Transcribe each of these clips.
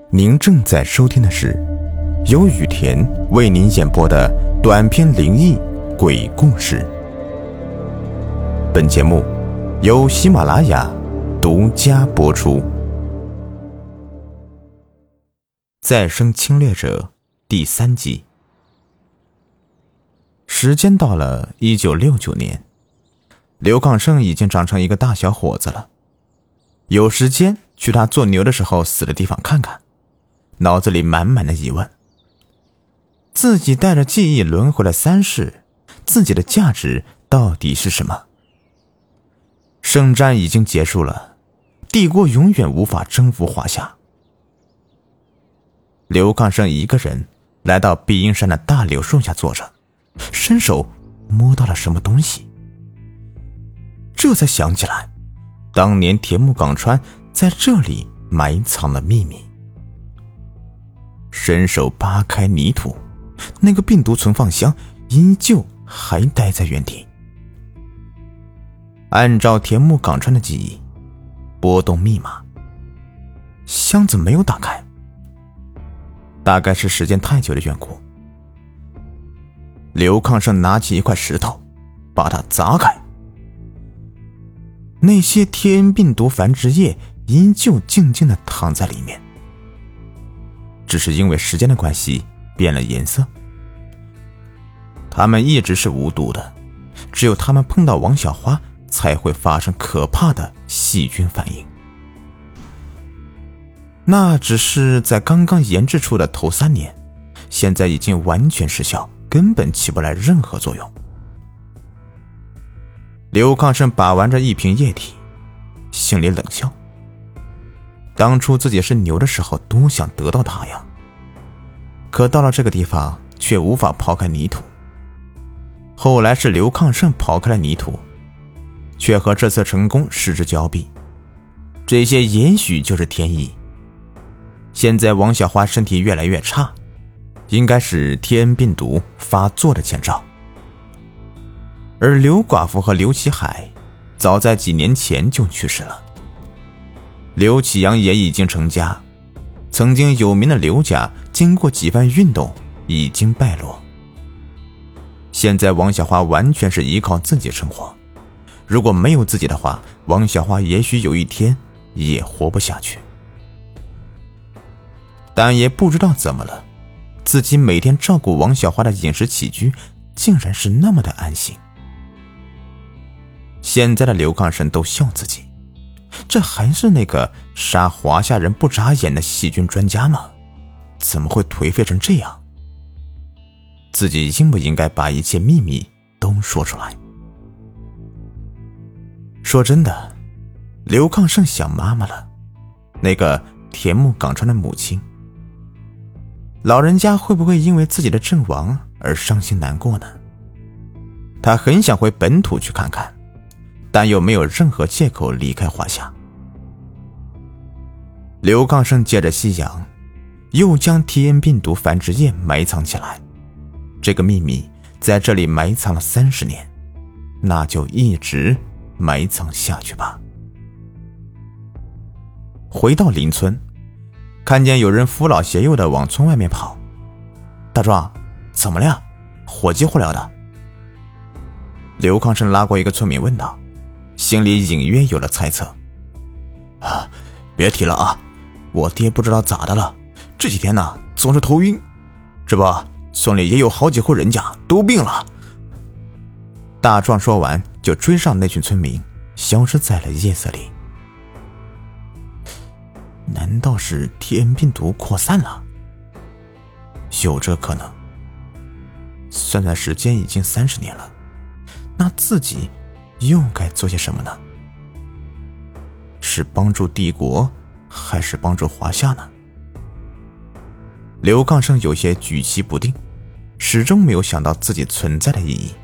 您正在收听的是由雨田为您演播的短篇灵异鬼故事。本节目由喜马拉雅独家播出。再生侵略者第3集。时间到了1969年，刘抗生已经长成一个大小伙子了，有时间去他做牛的时候死的地方看看，脑子里满满的疑问。自己带着记忆轮回了3世，自己的价值到底是什么？圣战已经结束了，帝国永远无法征服华夏。刘抗生一个人来到碧阴山的大柳树下坐着，伸手摸到了什么东西，这才想起来当年田木岗川在这里埋藏了秘密。伸手扒开泥土，那个病毒存放箱依旧还待在原地。按照田木岗川的记忆，拨动密码，箱子没有打开，大概是时间太久的缘故。刘抗生拿起一块石头把它砸开，那些天病毒繁殖液依旧静静地躺在里面，只是因为时间的关系变了颜色。它们一直是无毒的，只有它们碰到王小花才会发生可怕的细菌反应。那只是在刚刚研制出的头3年，现在已经完全失效，根本起不来任何作用。刘抗生把玩着一瓶液体，心里冷笑，当初自己是牛的时候多想得到它呀，可到了这个地方却无法刨开泥土。后来是刘抗生刨开了泥土，却和这次成功失之交臂。这些也许就是天意。现在王小花身体越来越差，应该是天病毒发作的前兆。而刘寡妇和刘启海早在几年前就去世了，刘启阳也已经成家，曾经有名的刘家经过几番运动已经败落。现在王小花完全是依靠自己生活，如果没有自己的话，王小花也许有一天也活不下去。但也不知道怎么了，自己每天照顾王小花的饮食起居竟然是那么的安心。现在的刘抗生都笑自己，这还是那个杀华夏人不眨眼的细菌专家吗？怎么会颓废成这样？自己应不应该把一切秘密都说出来？说真的，刘抗生想妈妈了，那个田木岗川的母亲。老人家会不会因为自己的阵亡而伤心难过呢？他很想回本土去看看，但又没有任何借口离开华夏。刘抗生借着夕阳，又将天病毒繁殖液埋藏起来。这个秘密在这里埋藏了30年，那就一直埋藏下去吧。回到邻村，看见有人扶老携幼的往村外面跑。大壮，怎么了呀？火急火燎的。刘抗生拉过一个村民问道，心里隐约有了猜测。别提了啊，我爹不知道咋的了，这几天呢总是头晕，这不村里也有好几户人家都病了。大壮说完就追上那群村民，消失在了夜色里。难道是天病毒扩散了？有这可能。算算时间已经30年了，那自己又该做些什么呢？是帮助帝国还是帮助华夏呢？刘抗生有些举棋不定，始终没有想到自己存在的意义。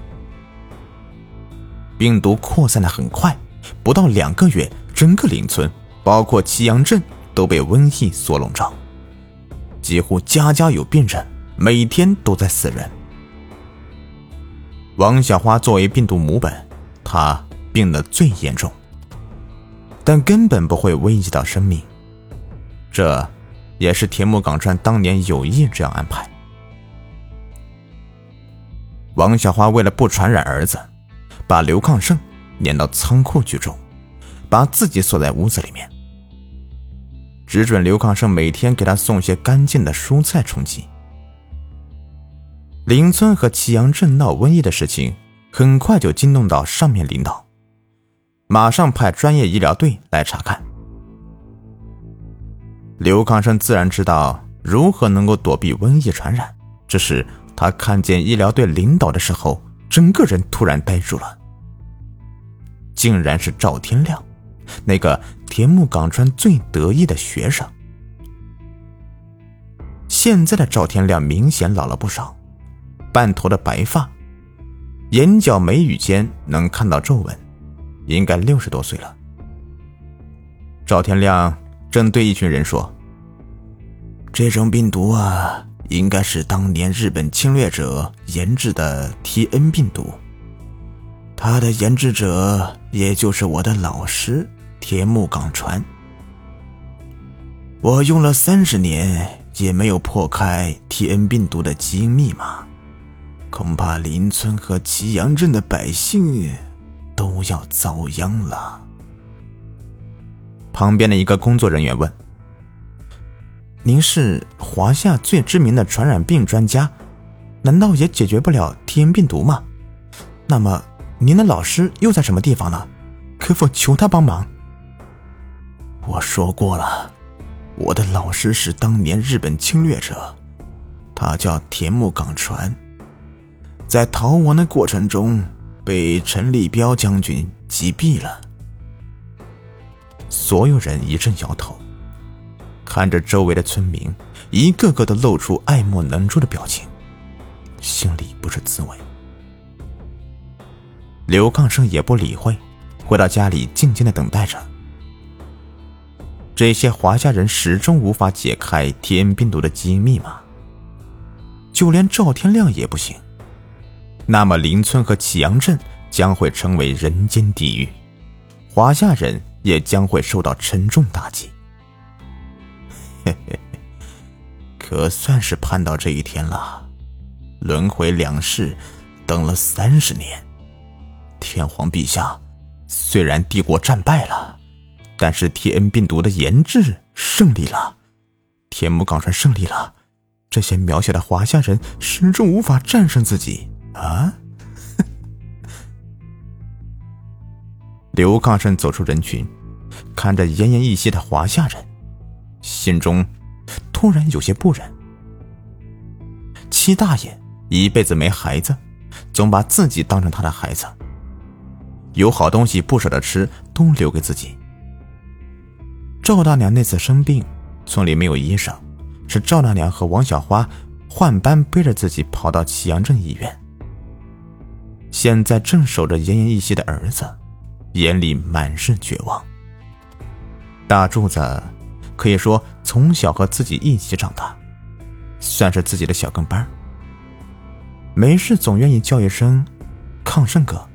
病毒扩散得很快，不到2个月，整个邻村包括祁阳镇都被瘟疫所笼罩，几乎家家有病人，每天都在死人。王小花作为病毒母本，她病得最严重，但根本不会危及到生命，这也是田木岗川当年有意这样安排。王小花为了不传染儿子，把刘抗胜撵到仓库去住，把自己锁在屋子里面，只准刘抗胜每天给他送些干净的蔬菜充饥。邻村和祁阳镇闹瘟疫的事情很快就惊动到上面领导，马上派专业医疗队来查看。刘抗胜自然知道如何能够躲避瘟疫传染，只是他看见医疗队领导的时候，整个人突然呆住了。竟然是赵天亮，那个田木岗川最得意的学生。现在的赵天亮明显老了不少，半头的白发，眼角眉宇间能看到皱纹，应该60多岁了。赵天亮正对一群人说：这种病毒啊，应该是当年日本侵略者研制的 TN 病毒，它的研制者也就是我的老师田木岗川。我用了30年也没有破开 TN 病毒的基因密码，恐怕邻村和祁阳镇的百姓都要遭殃了。旁边的一个工作人员问：您是华夏最知名的传染病专家，难道也解决不了 TN 病毒吗？那么您的老师又在什么地方呢？可否求他帮忙？我说过了，我的老师是当年日本侵略者，他叫田木岗川，在逃亡的过程中被陈立彪将军击毙了。所有人一阵摇头，看着周围的村民一个个都露出爱莫能助的表情，心里不是滋味。刘抗胜也不理会，回到家里静静地等待着。这些华夏人始终无法解开 TN 病毒的基因密码，就连赵天亮也不行。那么邻村和祁阳镇将会成为人间地狱，华夏人也将会受到沉重打击。嘿嘿，可算是盼到这一天了。轮回两世等了30年，天皇陛下，虽然帝国战败了，但是 TN 病毒的研制胜利了，田木岗川胜利了，这些渺小的华夏人始终无法战胜自己啊！刘抗胜走出人群，看着奄奄一息的华夏人，心中突然有些不忍。戚大爷一辈子没孩子，总把自己当成他的孩子，有好东西不舍得吃，都留给自己。赵大娘那次生病，村里没有医生，是赵大娘和王小花换班背着自己跑到祁阳镇医院。现在正守着奄奄一息的儿子，眼里满是绝望。大柱子可以说从小和自己一起长大，算是自己的小跟班，没事总愿意叫一声抗胜哥。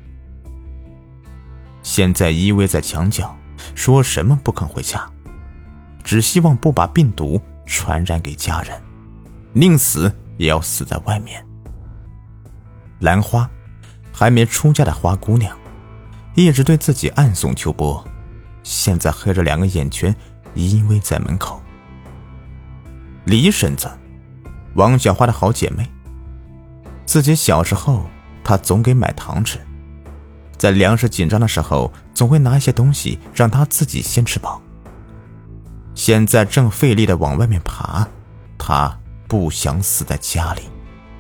现在依偎在墙角，说什么不肯回家，只希望不把病毒传染给家人，宁死也要死在外面。兰花，还没出嫁的花姑娘，一直对自己暗送秋波，现在黑着2个眼圈依偎在门口。李婶子，王小花的好姐妹，自己小时候她总给买糖吃，在粮食紧张的时候总会拿一些东西让她自己先吃饱。现在正费力地往外面爬，她不想死在家里。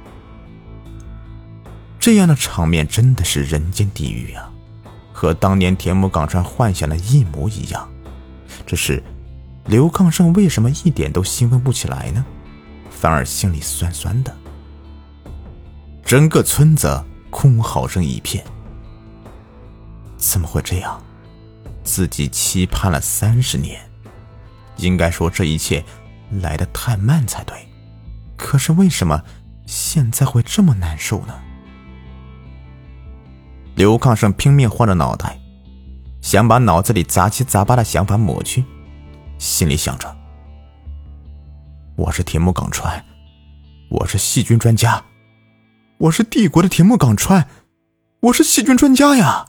这样的场面真的是人间地狱啊，和当年田木岗川幻想的一模一样。只是刘抗胜为什么一点都兴奋不起来呢？反而心里酸酸的。整个村子哭嚎声一片。怎么会这样？自己期盼了30年，应该说这一切来得太慢才对，可是为什么现在会这么难受呢？刘抗胜拼命晃着脑袋，想把脑子里杂七杂八的想法抹去，心里想着， 我是铁木岗川，我是细菌专家，我是帝国的铁木岗川，我是细菌专家呀。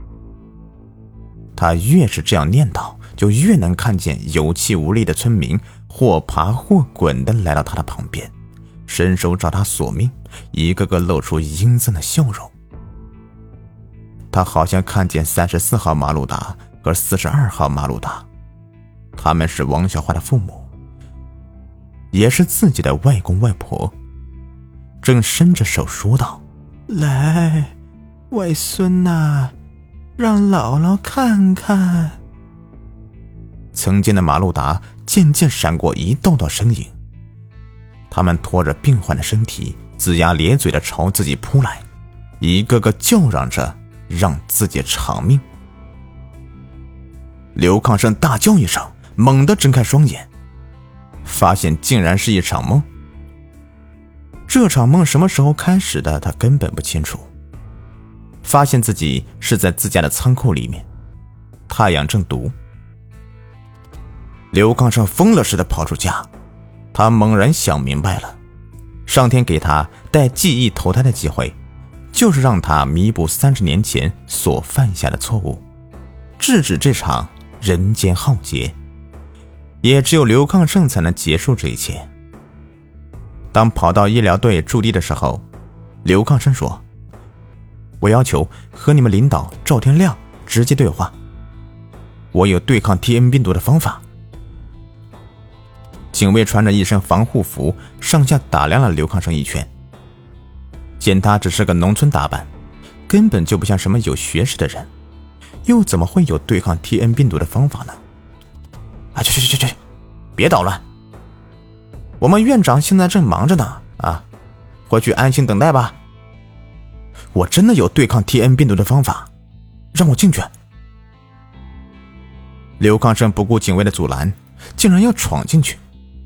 他越是这样念叨，就越能看见有气无力的村民或爬或滚地来到他的旁边，伸手找他索命，一个个露出阴森的笑容。他好像看见34号马鲁达和42号马鲁达，他们是王小花的父母，也是自己的外公外婆，正伸着手说道：来，外孙呐，让姥姥看看。曾经的马路达渐渐闪过一道道身影，他们拖着病患的身体，龇牙咧嘴地朝自己扑来，一个个叫嚷着让自己偿命。刘抗生大叫一声，猛地睁开双眼，发现竟然是一场梦。这场梦什么时候开始的，他根本不清楚。发现自己是在自家的仓库里面，太阳正毒。刘抗生疯了似的跑出家，他猛然想明白了，上天给他带记忆投胎的机会，就是让他弥补30年前所犯下的错误，制止这场人间浩劫。也只有刘抗生才能结束这一切。当跑到医疗队驻地的时候，刘抗生说：我要求和你们领导赵天亮直接对话，我有对抗 TN 病毒的方法。警卫穿着一身防护服，上下打量了刘抗生一圈，见他只是个农村打扮，根本就不像什么有学识的人，又怎么会有对抗 TN 病毒的方法呢？去，别捣乱，我们院长现在正忙着呢啊，回去安心等待吧。我真的有对抗 TN 病毒的方法，让我进去。刘抗生不顾警卫的阻拦，竟然要闯进去。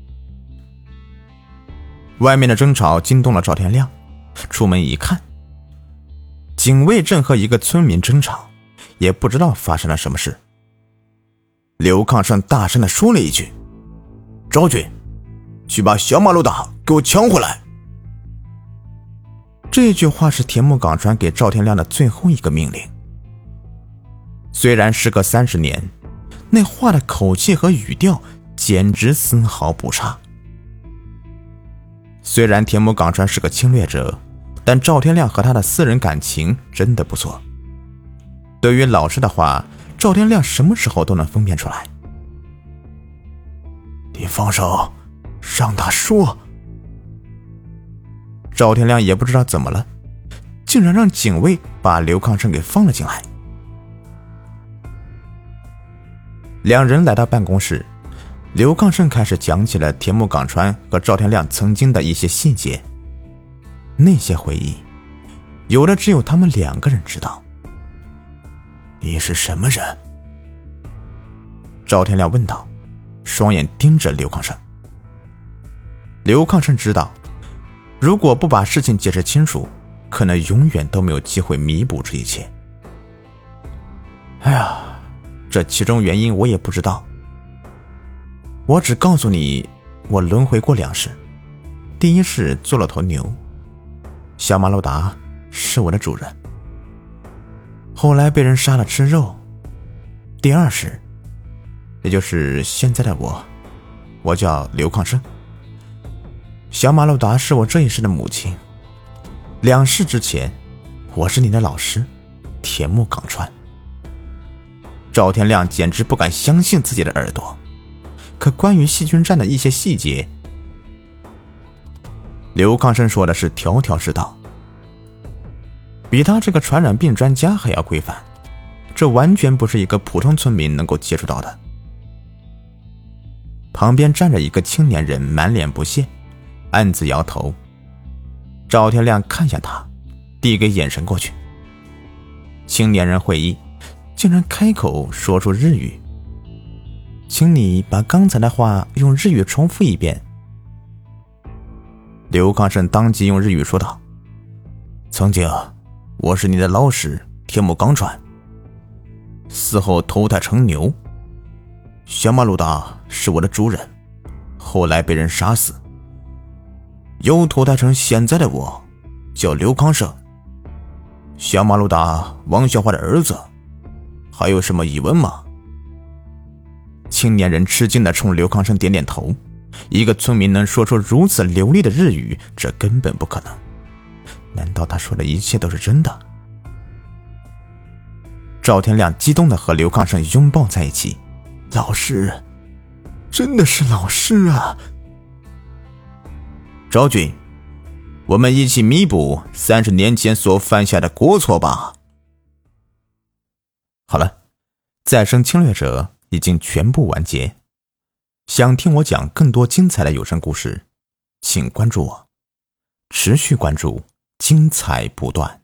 外面的争吵惊动了赵天亮，出门一看，警卫正和一个村民争吵，也不知道发生了什么事。刘抗生大声地说了一句：昭军，去把小马路达给我抢回来。这句话是铁木岗川给赵天亮的最后一个命令。虽然时隔30年，那话的口气和语调简直丝毫不差。虽然铁木岗川是个侵略者，但赵天亮和他的私人感情真的不错。对于老师的话，赵天亮什么时候都能分辨出来。你放手，让他说。赵天亮也不知道怎么了，竟然让警卫把刘抗生给放了进来。两人来到办公室，刘抗生开始讲起了铁木岗川和赵天亮曾经的一些细节。那些回忆，有的只有他们2个人知道。你是什么人？赵天亮问道，双眼盯着刘抗生。刘抗生知道，如果不把事情解释清楚，可能永远都没有机会弥补这一切。哎呀，这其中原因我也不知道。我只告诉你，我轮回过2世。第一世做了头牛，小马路达是我的主人，后来被人杀了吃肉。第2世，也就是现在的我叫刘抗生。小马路达是我这一世的母亲。2世之前，我是你的老师铁木岗川。赵天亮简直不敢相信自己的耳朵，可关于细菌战的一些细节，刘抗生说的是条条是道，比他这个传染病专家还要规范，这完全不是一个普通村民能够接触到的。旁边站着一个青年人，满脸不屑，暗自摇头。赵天亮看向他，递给眼神过去。青年人会意，竟然开口说出日语。请你把刚才的话用日语重复一遍。刘抗生当即用日语说道：曾经我是你的老师铁木岗川，死后投胎成牛。小马路达是我的主人， 后来被人杀死。又脱胎成现在的我，叫刘康胜，小马路大王小华的儿子，还有什么疑问吗？青年人吃惊地冲刘康胜点点头。一个村民能说出如此流利的日语，这根本不可能。难道他说的一切都是真的？赵天亮激动地和刘康胜拥抱在一起。老师，真的是老师啊！昭君，我们一起弥补30年前所犯下的过错吧。好了，再生侵略者已经全部完结。想听我讲更多精彩的有声故事，请关注我，持续关注，精彩不断。